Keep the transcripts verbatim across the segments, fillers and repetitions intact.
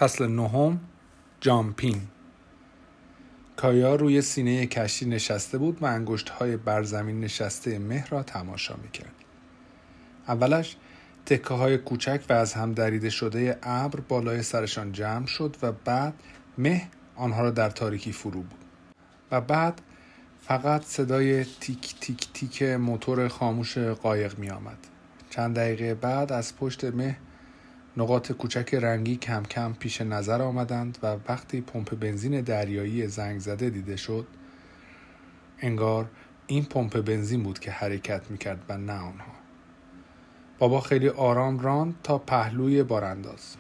فصل نهم، جامپین. کایا روی سینه کشتی نشسته بود و انگشت‌های بر زمین نشسته مه را تماشا می‌کرد. اولش تکه‌های کوچک و از هم دریده شده ابر بالای سرشان جمع شد و بعد مه آنها را در تاریکی فرو بود. و بعد فقط صدای تیک تیک تیک موتور خاموش قایق می‌آمد. چند دقیقه بعد از پشت مه نقاط کوچک رنگی کم کم پیش نظر آمدند و وقتی پمپ بنزین دریایی زنگ زده دیده شد، انگار این پمپ بنزین بود که حرکت میکرد و نه آنها. بابا خیلی آرام راند تا پهلوی بارانداز.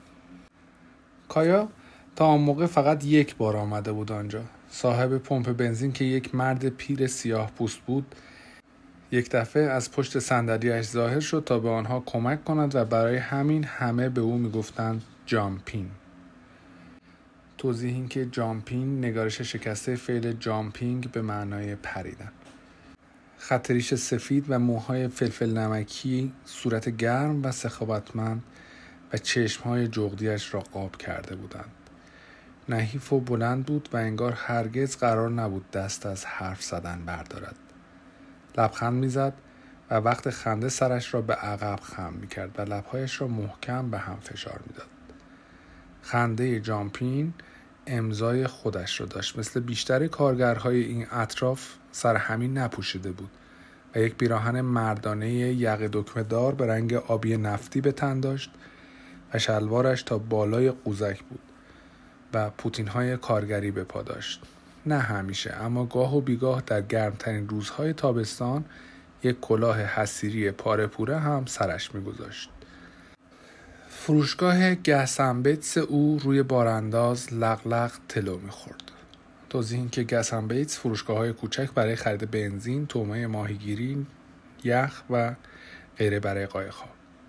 کایا تا آن موقع فقط یک بار آمده بود آنجا. صاحب پمپ بنزین که یک مرد پیر سیاه پوست بود، یک دفعه از پشت صندلی‌اش ظاهر شد تا به آنها کمک کند و برای همین همه به او میگفتند جامپین. توضیح این که جامپین نگارش شکسته فعل جامپینگ به معنای پریدن. خط ریش سفید و موهای فلفل نمکی، صورت گرم و سخاوتمند و چشمهای جغدیش را قاب کرده بودند. نحیف و بلند بود و انگار هرگز قرار نبود دست از حرف زدن بردارد. لبخند میزد و وقت خنده سرش را به عقب خم میکرد و لبهایش را محکم به هم فشار میداد. خنده جامپین امضای خودش را داشت. مثل بیشتر کارگرهای این اطراف سر همین نپوشیده بود و یک پیراهن مردانه یقه دکمه دار به رنگ آبی نفتی به تن داشت و شلوارش تا بالای قوزک بود و پوتین‌های کارگری به پا داشت. نه همیشه، اما گاه و بیگاه در گرمترین روزهای تابستان یک کلاه حصیری پاره پوره هم سرش می‌گذاشت. فروشگاه گسنبیتس او روی بارانداز لغلغ تلو می‌خورد. توضیح این که گسنبیتس فروشگاه‌های کوچک برای خرید بنزین، طعمه ماهیگیری، یخ و غیره برای قایق‌ها.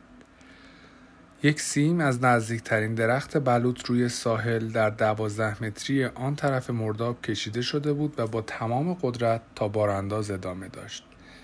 یک سیم از نزدیکترین درخت بلوط روی ساحل در دوازده متری آن طرف مرداب کشیده شده بود و با تمام قدرت تا بارانداز ادامه داشت.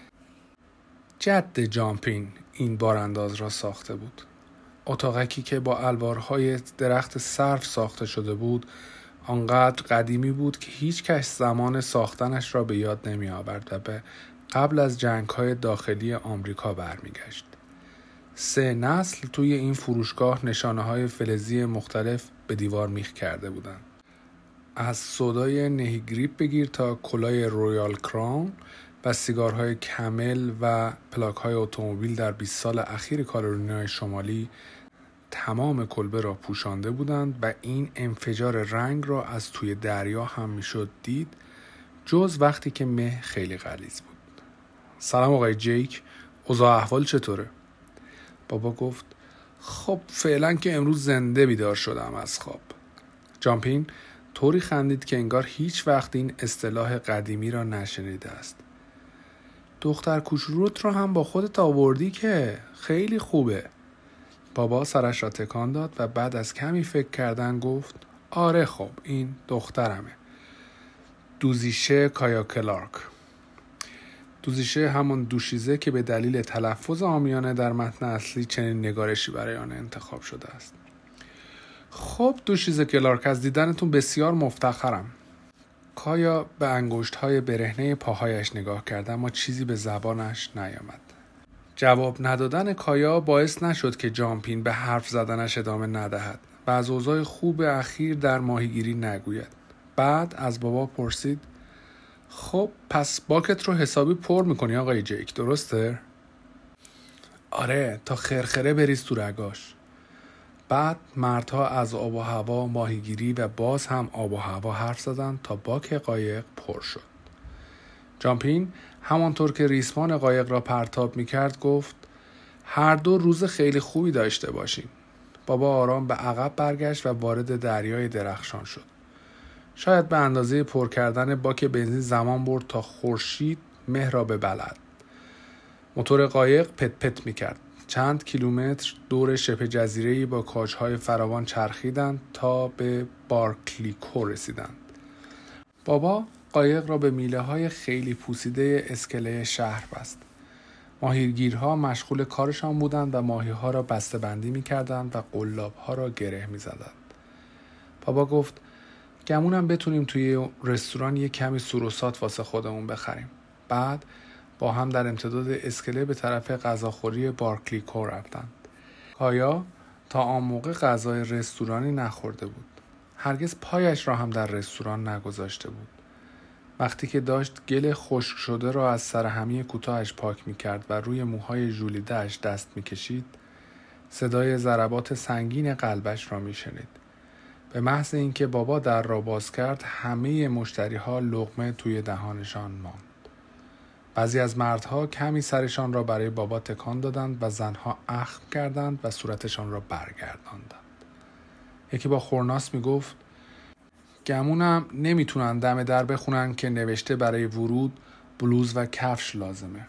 جد جامپین این بارانداز را ساخته بود. اتاقکی که با الوارهای درخت سرو ساخته شده بود، آنقدر قدیمی بود که هیچ کس زمان ساختنش را به یاد نمی آورد و به قبل از جنگ‌های داخلی آمریکا برمیگشت. سه نسل توی این فروشگاه نشانه‌های فلزی مختلف به دیوار میخ کرده بودند. از سودای نهیگریپ بگیر تا کلاه رویال کراون و سیگارهای کمل و پلاک‌های اتومبیل در بیست سال اخیر کارولینای شمالی تمام کلبه را پوشانده بودند و این انفجار رنگ را از توی دریا هم میشد دید، جز وقتی که مه خیلی غلیظ بود. سلام آقای جیک، اوضاع احوال چطوره؟ بابا گفت خب فعلا که امروز زنده بیدار شدم از خواب. جامپین طوری خندید که انگار هیچ وقت این اصطلاح قدیمی را نشنیده است. دختر کوچولوت رو هم با خودت آوردی که خیلی خوبه. بابا سرش را تکان داد و بعد از کمی فکر کردن گفت آره خب این دخترمه. دوزیشه کایا کلارک. دوزیشه همون دوشیزه که به دلیل تلفظ عامیانه در متن اصلی چنین نگارشی برای آن انتخاب شده است. خب دوشیزه کلارک، از دیدنتون بسیار مفتخرم. کایا به انگشت‌های برهنه پاهایش نگاه کرد اما چیزی به زبانش نیامد. جواب ندادن کایا باعث نشد که جامپین به حرف زدنش ادامه ندهد و از اوضاع خوب اخیر در ماهیگیری نگوید. بعد از بابا پرسید خب پس باکت رو حسابی پر میکنی آقای جیک، درسته؟ آره، تا خرخره بریز تو رگاش. بعد مردها از آب و هوا، ماهیگیری و باز هم آب و هوا حرف زدند تا باک قایق پر شد. جامپین همانطور که ریسمان قایق را پرتاب میکرد گفت هر دو روز خیلی خوبی داشته باشیم. بابا آرام به عقب برگشت و وارد دریای درخشان شد. شاید به اندازه پر کردن باک بنزین زمان برد تا خورشید مه را ببلد. موتور قایق پت پت میکرد. چند کیلومتر دور شبه جزیره‌ای با کاج‌های فراوان چرخیدند تا به بارکلیکو رسیدند. بابا قایق را به میله‌های خیلی پوسیده اسکله شهر بست. ماهیگیرها مشغول کارشان بودند و ماهی‌ها را بسته‌بندی می‌کردند و قلاب‌ها را گره می‌زدند. بابا گفت گمونم بتونیم توی رستوران یه کمی سروسات واسه خودمون بخریم. بعد با هم در امتداد اسکله به طرف غذاخوری بارکلی کو رفتند. کایا تا آن موقع غذای رستورانی نخورده بود. هرگز پایش را هم در رستوران نگذاشته بود. وقتی که داشت گل خشک شده را از سر همی کوتاهش پاک می‌کرد و روی موهای ژولیده‌اش دست می‌کشید، صدای ضربات سنگین قلبش را می‌شنید. به محض اینکه بابا در را باز کرد، همه مشتری‌ها لقمه توی دهانشان ماند. بعضی از مردها کمی سرشان را برای بابا تکان دادند و زنها اخم کردند و صورتشان را برگرداندند. یکی با خورناس میگفت گمونم نمیتونن دم در بخونن که نوشته برای ورود بلوز و کفش لازمه.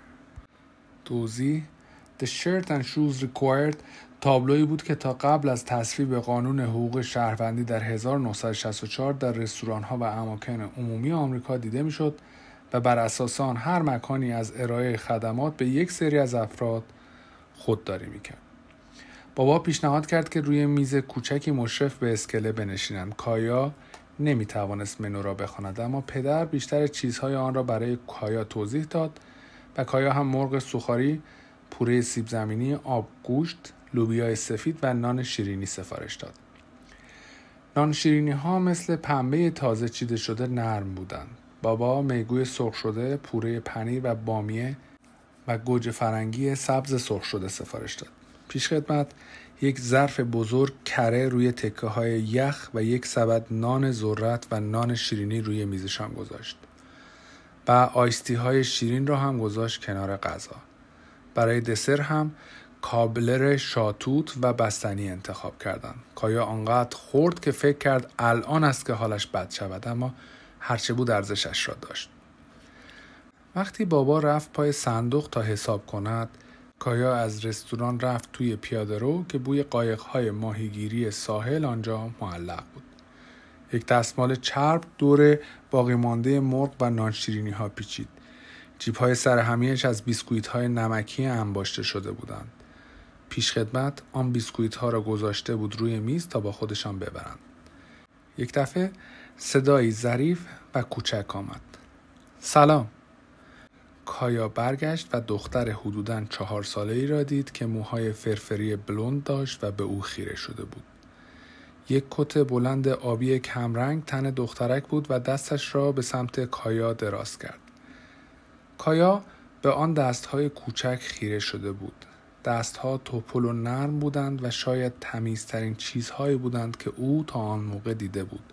توضیح: The shirt and shoes required تابلویی بود که تا قبل از تصویب قانون حقوق شهروندی در هزار و نهصد و شصت و چهار در رستوران‌ها و اماکن عمومی آمریکا دیده میشد و بر اساس آن هر مکانی از ارائه خدمات به یک سری از افراد خودداری میکرد. بابا پیشنهاد کرد که روی میز کوچکی مشرف به اسکله بنشینند. کایا نمیتوانست منو را بخواند، اما پدر بیشتر چیزهای آن را برای کایا توضیح داد و کایا هم مرغ سوخاری، پوره سیب زمینی، آب گوشت، لوبیای سفید و نان شیرینی سفارش داد. نان شیرینی ها مثل پنبه تازه چیده شده نرم بودند. بابا میگوی سرخ شده، پوره پنیر و بامیه و گوجه فرنگی سبز سرخ شده سفارش داد. پیش خدمت یک ظرف بزرگ کره روی تکه های یخ و یک سبد نان ذرت و نان شیرینی روی میزشان گذاشت و آیستی های شیرین را هم گذاشت کنار غذا. برای دسر هم کابلر شاتوت و بستنی انتخاب کردند. کایا آنقدر خورد که فکر کرد الان است که حالش بد شود، اما هرچه بود ارزشش را داشت. وقتی بابا رفت پای صندوق تا حساب کند، کایا از رستوران رفت توی پیاده رو که بوی قایق‌های ماهیگیری ساحل آنجا معلق بود. یک دستمال چرب دور باقی مانده مرغ و نان شیرینی ها پیچید. جیب‌های سرهمیش از بیسکویت‌های نمکی انباشته شده بودند. پیش خدمت آن بیسکویت‌ها را گذاشته بود روی میز تا با خودشان ببرند. یک دفعه صدایی ظریف و کوچک آمد. سلام. کایا برگشت و دختر حدوداً چهار ساله‌ای را دید که موهای فرفری بلوند داشت و به او خیره شده بود. یک کت بلند آبی کمرنگ تن دخترک بود و دستش را به سمت کایا دراز کرد. کایا به آن دستهای کوچک خیره شده بود. دستها توپل و نرم بودند و شاید تمیزترین چیزهایی بودند که او تا آن موقع دیده بود.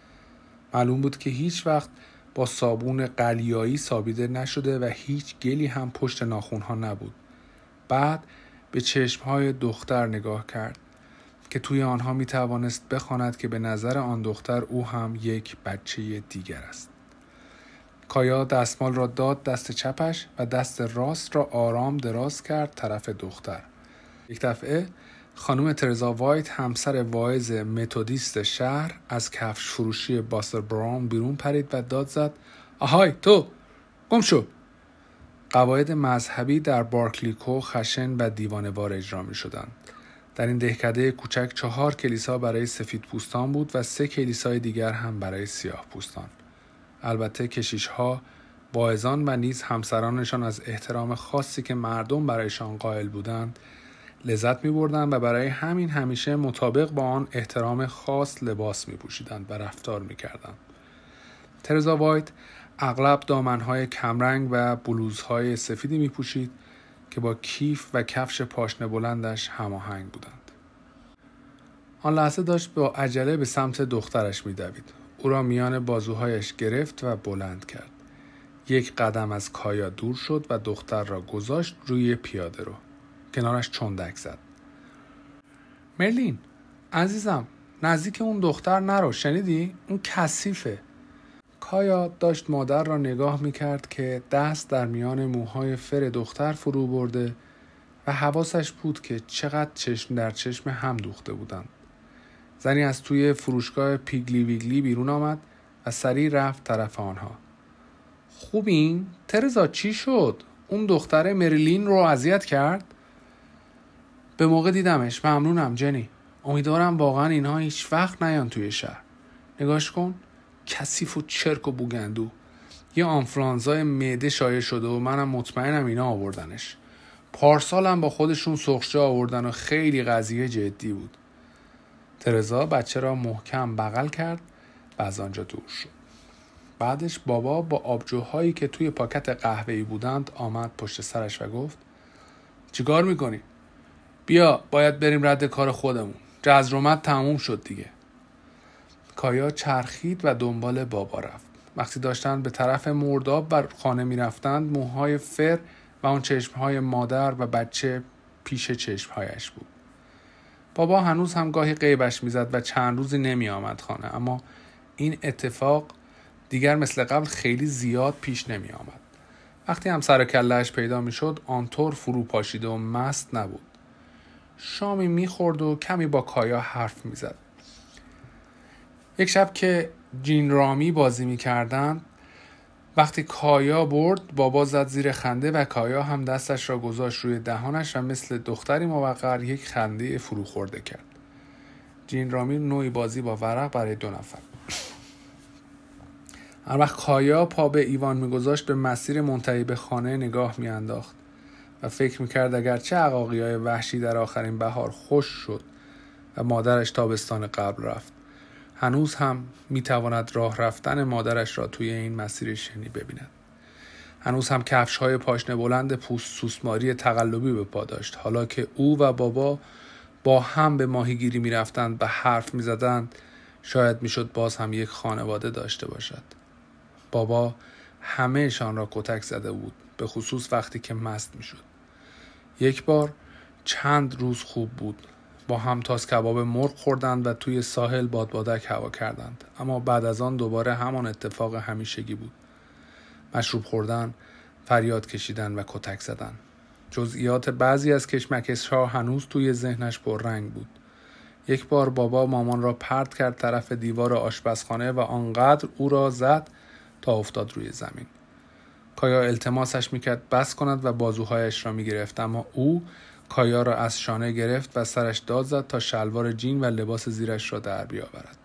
معلوم بود که هیچ وقت با صابون قلیایی سابیده نشده و هیچ گلی هم پشت ناخن‌ها نبود. بعد به چشمهای دختر نگاه کرد که توی آنها می توانست بخواند که به نظر آن دختر او هم یک بچه دیگر است. کایا دستمال را داد دست چپش و دست راست را آرام دراز کرد طرف دختر. یک دفعه خانم ترزا وایت، همسر واعظ متودیست شهر، از کفش فروشی باستر براون بیرون پرید و داد زد: آهای تو، گم شو! قواعد مذهبی در بارکلی کو خشن و دیوانه‌وار اجرا می شدند. در این دهکده کوچک چهار کلیسا برای سفید پوستان بود و سه کلیسای دیگر هم برای سیاه پوستان. البته کشیش‌ها، واعظان و نیز همسرانشان از احترام خاصی که مردم برایشان قائل بودند لذت می‌بردند و برای همین همیشه مطابق با آن احترام خاص لباس می‌پوشیدند و رفتار می‌کردند. ترزا وایت اغلب دامن‌های کمرنگ و بلوزهای سفیدی می‌پوشید که با کیف و کفش پاشنه بلندش هماهنگ بودند. آن لحظه داشت با عجله به سمت دخترش می‌دوید. او را میان بازوهایش گرفت و بلند کرد. یک قدم از کایا دور شد و دختر را گذاشت روی پیاده رو. کنارش چندک زد. مرلین عزیزم، نزدیک اون دختر نرو، شنیدی؟ اون کثیفه. کایا داشت مادر را نگاه میکرد که دست در میان موهای فر دختر فرو برده و حواسش بود که چقدر چشم در چشم هم دوخته بودند. زنی از توی فروشگاه پیگلی ویگلی بیرون آمد و سریع رفت طرف آنها. خوبین؟ ترزا چی شد؟ اون دختر مرلین رو اذیت کرد؟ به موقع دیدمش، ممنونم جنی. امیدوارم واقعا اینها هیچ وقت نیان توی شهر. نگاش کن، کثیف و چرک و بوگندو. یه آنفلانزای معده شایع شده و منم مطمئنم اینا آوردنش. پارسال هم با خودشون سرخچه آوردن و خیلی قضیه جدی بود. ترزا بچه را محکم بغل کرد و از آنجا دور شد. بعدش بابا با آبجوهایی که توی پاکت قهوه‌ای بودند آمد پشت سرش و گفت چیکار میکنی؟ بیا باید بریم رد کار خودمون. جزرومت تموم شد دیگه. کایا چرخید و دنبال بابا رفت. وقتی داشتند به طرف مرداب بر خانه میرفتند موهای فر و اون چشمهای مادر و بچه پیش چشمهایش بود. بابا هنوز هم گاهی غیبش میزد و چند روزی نمی آمد خانه، اما این اتفاق دیگر مثل قبل خیلی زیاد پیش نمی آمد. وقتی هم سر و کله‌اش پیدا می شد آنطور فرو پاشیده و مست نبود. شامی می خورد و کمی با کایا حرف می زد. یک شب که جین رامی بازی می کردن، وقتی کایا برد بابا زد زیر خنده و کایا هم دستش را گذاشت روی دهانش و مثل دختری موقر یک خنده فرو خورده کرد. جین رامی نوعی بازی با ورق برای دو نفر. هر وقت کایا پا به ایوان میگذاشت به مسیر منتهی به خانه نگاه میانداخت و فکر میکرد اگر چه عقاقیای وحشی در آخرین بهار خوش شد و مادرش تابستان قبل رفت، هنوز هم میتواند راه رفتن مادرش را توی این مسیر شنی ببیند. هنوز هم کفش‌های پاشنه بلند پوست سوسماری تقلبی به پا داشت، حالا که او و بابا با هم به ماهیگیری میرفتند و حرف میزدند. شاید میشد باز هم یک خانواده داشته باشد. بابا همه‌شان را کتک زده بود، به خصوص وقتی که مست میشد. یک بار چند روز خوب بود. با هم تاس کباب مرغ خوردند و توی ساحل بادبادک هوا کردند، اما بعد از آن دوباره همان اتفاق همیشگی بود. مشروب خوردن، فریاد کشیدن و کتک زدن. جزئیات بعضی از کشمکش‌ها هنوز توی ذهنش پررنگ بود. یک بار بابا مامان را پرت کرد طرف دیوار آشپزخانه و آنقدر او را زد تا افتاد روی زمین. کایا التماسش میکرد بس کند و بازوهایش را میگرفت، اما او کایا را از شانه گرفت و سرش داد زد تا شلوار جین و لباس زیرش را در بیاورد.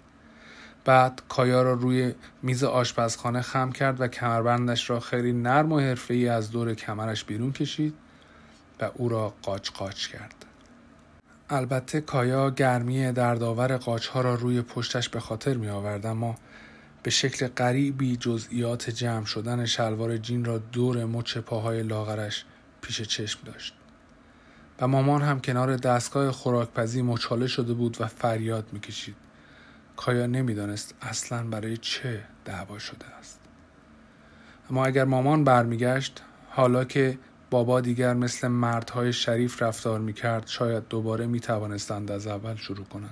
بعد کایا را روی میز آشپزخانه خم کرد و کمربندش را خیلی نرم و حرفه‌ای از دور کمرش بیرون کشید و او را قاچ قاچ کرد. البته کایا گرمی دردآور قاچ‌ها را روی پشتش به خاطر می آورد، اما به شکل غریبی جزئیات جمع شدن شلوار جین را دور مچ پاهای لاغرش پیش چشم داشت. و مامان هم کنار دستگاه خوراکپزی مچاله شده بود و فریاد میکشید. کایا نمیدانست اصلاً برای چه دعوا شده است. اما اگر مامان برمیگشت، حالا که بابا دیگر مثل مردهای شریف رفتار میکرد، شاید دوباره میتوانستند از اول شروع کنند.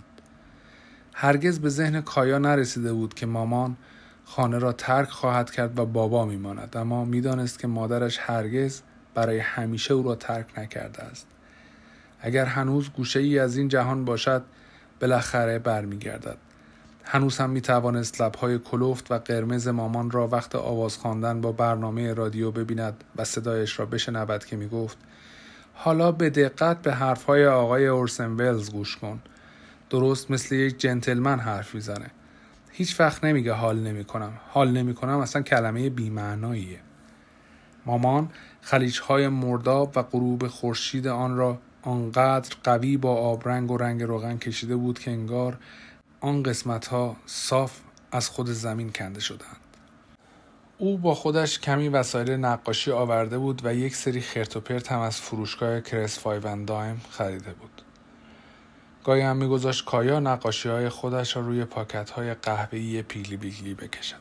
هرگز به ذهن کایا نرسیده بود که مامان خانه را ترک خواهد کرد و بابا میماند، اما میدانست که مادرش هرگز برای همیشه او را ترک نکرده است. اگر هنوز گوشه ای از این جهان باشد، بالاخره برمیگردد. هنوز هم میتوانست لبهای کلفت و قرمز مامان را وقت آواز خواندن با برنامه رادیو ببیند و صدایش را بشنود که میگفت حالا به دقت به حرفهای آقای اورسن ولز گوش کن. درست مثل یک جنتلمن حرف میزنه. هیچ وقت نمیگه حال نمیکنم. حال نمیکنم اصلا کلمه بی‌معناییه. مامان خلیج‌های مرداب و غروب خورشید آن را آنقدر قوی با آبرنگ و رنگ روغن کشیده بود که انگار آن قسمت‌ها صاف از خود زمین کنده شدند. او با خودش کمی وسایل نقاشی آورده بود و یک سری خرت و پرت هم از فروشگاه کرس فایو اند دایم خریده بود. گاهی هم می‌گذاشت کایا نقاشی‌های خودش را روی پاکت‌های قهوه‌ای پیلی بیلی بکشد.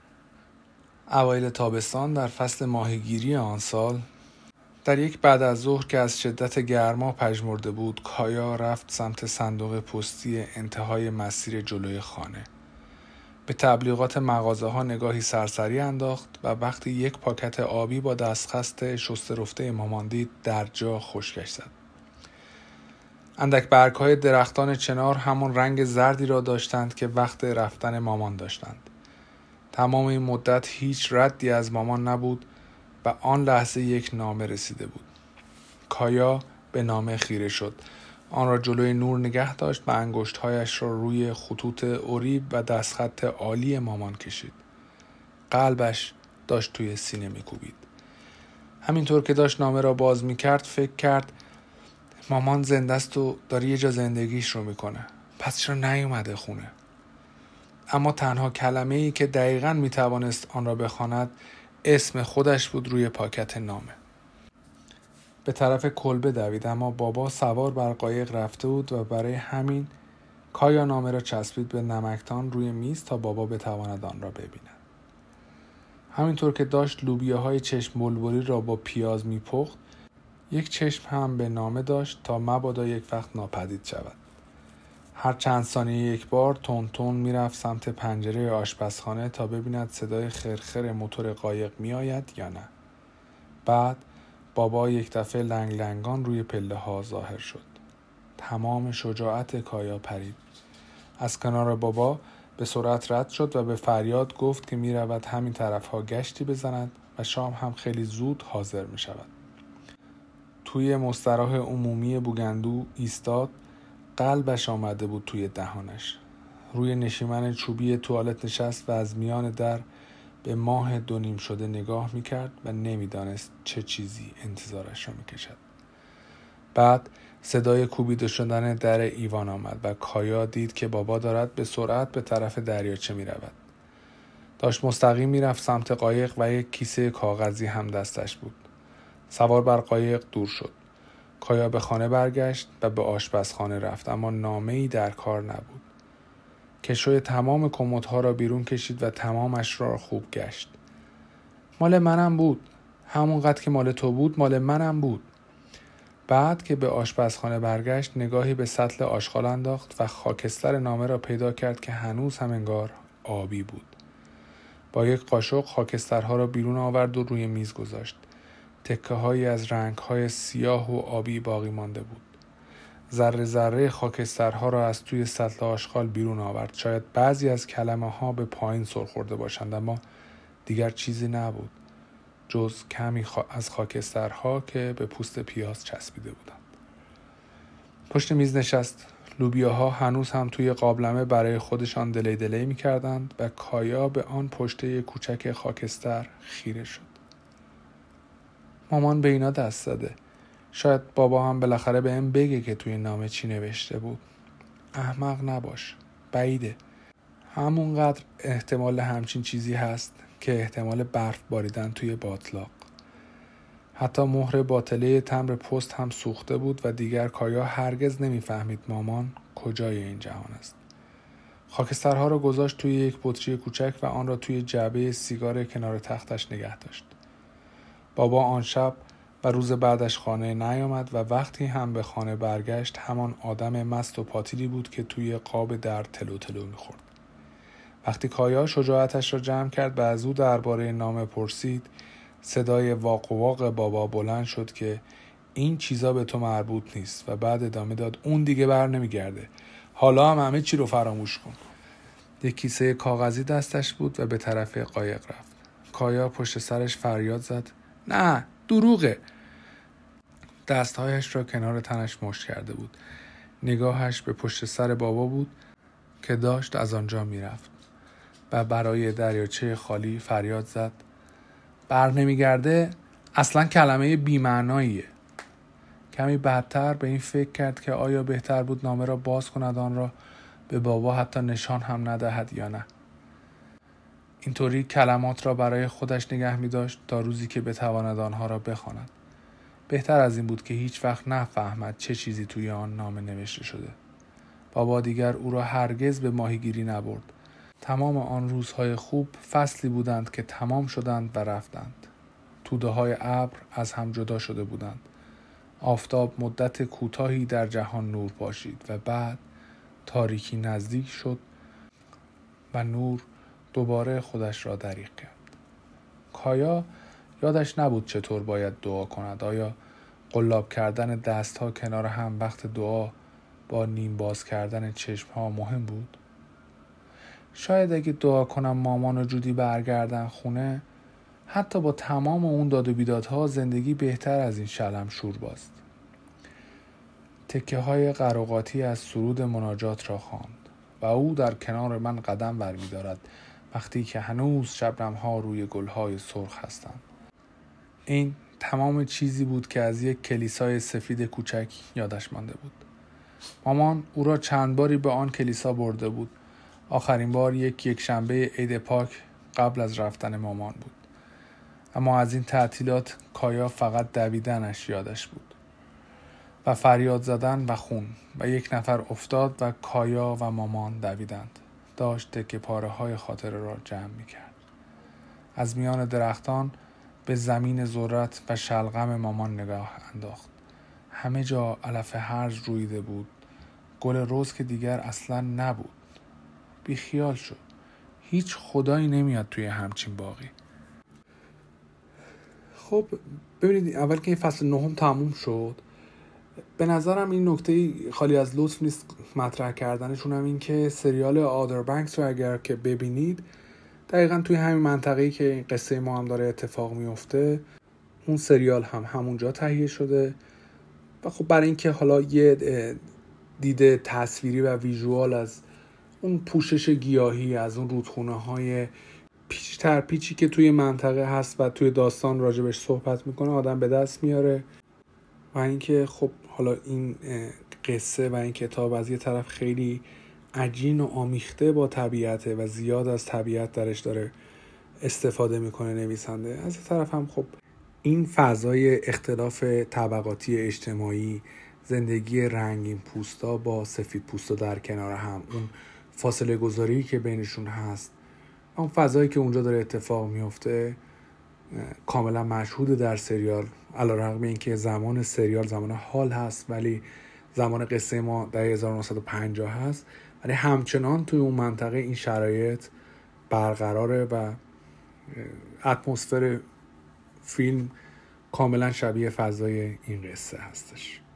اوایل تابستان در فصل ماهیگیری آن سال، در یک بعد از ظهر که از شدت گرما پژمرده بود، کایا رفت سمت صندوق پستی انتهای مسیر جلوی خانه. به تبلیغات مغازه‌ها نگاهی سرسری انداخت و وقتی یک پاکت آبی با دستخط شسته رفته مامان دید، در جا خشکش زد. اندک برگ‌های درختان چنار همون رنگ زردی را داشتند که وقت رفتن مامان داشتند. تمام این مدت هیچ ردی از مامان نبود و آن لحظه یک نامه رسیده بود. کایا به نامه خیره شد آن را جلوی نور نگه داشت و انگشت‌هایش را روی خطوط اوریب و دستخط عالی مامان کشید. قلبش داشت توی سینه می‌کوبید. همینطور که داشت نامه را باز می‌کرد فکر کرد مامان زنده است و داره یه جا زندگیش رو می‌کنه. پس چرا نیومده خونه؟ اما تنها کلمه‌ای که دقیقاً می‌توانست آن را بخواند اسم خودش بود روی پاکت نامه. به طرف کلبه دوید، اما بابا سوار بر قایق رفته بود و برای همین کایا نامه را چسبید به نمکتان روی میز تا بابا بتواند آن را ببیند. همینطور که داشت لوبیاهای چشم بلبلی را با پیاز میپخت، یک چشم هم به نامه داشت تا مبادا یک وقت ناپدید شود. هر چند ثانیه یک بار تون تون میرفت سمت پنجره آشپزخانه تا ببیند صدای خرخر موتور قایق میآید یا نه. بعد بابا یک دفعه لنگ لنگان روی پله ها ظاهر شد. تمام شجاعت کایا پرید. از کنار بابا به سرعت رد شد و به فریاد گفت که می رود همین طرف ها گشتی بزند و شام هم خیلی زود حاضر می شود. توی مستراح عمومی بوگندو ایستاد. قلبش آمده بود توی دهانش. روی نشیمن چوبی توالت نشست و از میان در به ماه دو نیم شده نگاه میکرد و نمیدانست چه چیزی انتظارش را میکشد. بعد صدای کوبیده شدن در ایوان آمد و کایا دید که بابا دارد به سرعت به طرف دریاچه میرود. داشت مستقیم میرفت سمت قایق و یک کیسه کاغذی هم دستش بود. سوار بر قایق دور شد. کایا به خانه برگشت و به آشپزخانه رفت، اما نامه‌ای در کار نبود. کشوی تمام کمدها را بیرون کشید و تمامش را خوب گشت. مال منم بود. همونقدر که مال تو بود مال منم بود. بعد که به آشپزخانه برگشت نگاهی به سطل آشغال انداخت و خاکستر نامه را پیدا کرد که هنوز هم انگار آبی بود. با یک قاشق خاکسترها را بیرون آورد و روی میز گذاشت. تکه هایی از رنگ های سیاه و آبی باقی مانده بود. ذره ذره خاکسترها را از توی سطل آشغال بیرون آورد. شاید بعضی از کلمه ها به پایین سر خورده باشند، اما دیگر چیزی نبود جز کمی خا... از خاکسترها که به پوست پیاز چسبیده بودند. پشت میز نشست. لوبیاها هنوز هم توی قابلمه برای خودشان دلی دلی می کردند و کایا به آن پشته کوچک خاکستر خیره شد. مامان به اینا دست زده. شاید بابا هم بالاخره به هم بگه که توی نامه چی نوشته بود. احمق نباش. بعیده. همونقدر احتمال همچین چیزی هست که احتمال برف باریدن توی باطلاق. حتی مهر باطله تمبر پست هم سوخته بود و دیگر کایا هرگز نمیفهمید مامان کجای این جهان است. خاکسترها را گذاشت توی یک بطری کوچک و آن را توی جعبه سیگار کنار تختش نگه داشت. بابا آن شب و روز بعدش خانه نیامد و وقتی هم به خانه برگشت همان آدم مست و پاتیلی بود که توی قاب در تلو تلو می‌خورد. وقتی کایا شجاعتش را جمع کرد و از او درباره نامه پرسید، صدای واق واق بابا بلند شد که این چیزا به تو مربوط نیست و بعد ادامه داد اون دیگه بر نمیگرده. حالا هم همه چی رو فراموش کن. یک کیسه کاغذی دستش بود و به طرف قایق رفت. کایا پشت سرش فریاد زد نه، دروغه. دستهایش را کنار تنش مشت کرده بود. نگاهش به پشت سر بابا بود که داشت از آنجا میرفت و برای دریاچه خالی فریاد زد بر نمیگرده اصلا کلمه بی‌معناییه. کمی بعدتر به این فکر کرد که آیا بهتر بود نامه را باز کند، آن را به بابا حتی نشان هم ندهد یا نه. اینطوری کلمات را برای خودش نگه می داشت تا روزی که بتواند آنها را بخواند. بهتر از این بود که هیچ وقت نفهمد چه چیزی توی آن نامه نوشته شده. بابا دیگر او را هرگز به ماهیگیری نبرد. تمام آن روزهای خوب فصلی بودند که تمام شدند و رفتند. توده های ابر از هم جدا شده بودند. آفتاب مدت کوتاهی در جهان نور پاشید و بعد تاریکی نزدیک شد و نور دوباره خودش را دریغ کرد. کایا یادش نبود چطور باید دعا کند. آیا قلاب کردن دستها کنار هم وقت دعا با نیم باز کردن چشمها مهم بود؟ شاید اگه دعا کنم مامان و جودی برگردن خونه، حتی با تمام اون داد و بیدادها زندگی بهتر از این شلم شور باست. تکه های قراقاتی از سرود مناجات را خواند و او در کنار من قدم برمی دارد وقتی که هنوز شبنم ها روی گل های سرخ هستند. این تمام چیزی بود که از یک کلیسای سفید کوچک یادش مانده بود. مامان او را چند باری به آن کلیسا برده بود. آخرین بار یک یک شنبه عید پاک قبل از رفتن مامان بود. اما از این تعطیلات کایا فقط دویدنش یادش بود و فریاد زدن و خون و یک نفر افتاد و کایا و مامان دویدند. داشت تکه پاره های خاطره را جمع می کرد. از میان درختان به زمین ذرت و شلغم مامان نگاه انداخت. همه جا علف هرز رویده بود. گل رز که دیگر اصلا نبود. بی خیال شد. هیچ خدایی نمیاد توی همچین باغی. خب ببینید، اول که این فصل نهم تموم شد، به نظرم این نکته خالی از لطف نیست مطرح کردنشون، هم این که سریال آدر بانکس رو اگر که ببینید، دقیقا توی همین منطقه‌ای که این قصه ما هم داره اتفاق میفته، اون سریال هم همونجا تهیه شده و خب برای اینکه حالا یه دیده تصویری و ویژوال از اون پوشش گیاهی، از اون رودخونه‌های پیچ تر پیچی که توی منطقه هست و توی داستان راجبش صحبت میکنه آدم به دست میاره. و اینکه خب حالا این قصه و این کتاب از یه طرف خیلی عجین و آمیخته با طبیعته و زیاد از طبیعت درش داره استفاده میکنه نویسنده، از یه طرف هم خب این فضای اختلاف طبقاتی اجتماعی، زندگی رنگین پوستا با سفید پوستا در کنار هم، اون فاصله گذاری که بینشون هست، اون فضایی که اونجا داره اتفاق میفته کاملا مشهود در سریال، علیرغم اینکه زمان سریال زمان حال هست ولی زمان قصه ما در هزار و نهصد و پنجاه هست، ولی همچنان توی اون منطقه این شرایط برقراره و اتمسفر فیلم کاملا شبیه فضای این قصه هستش.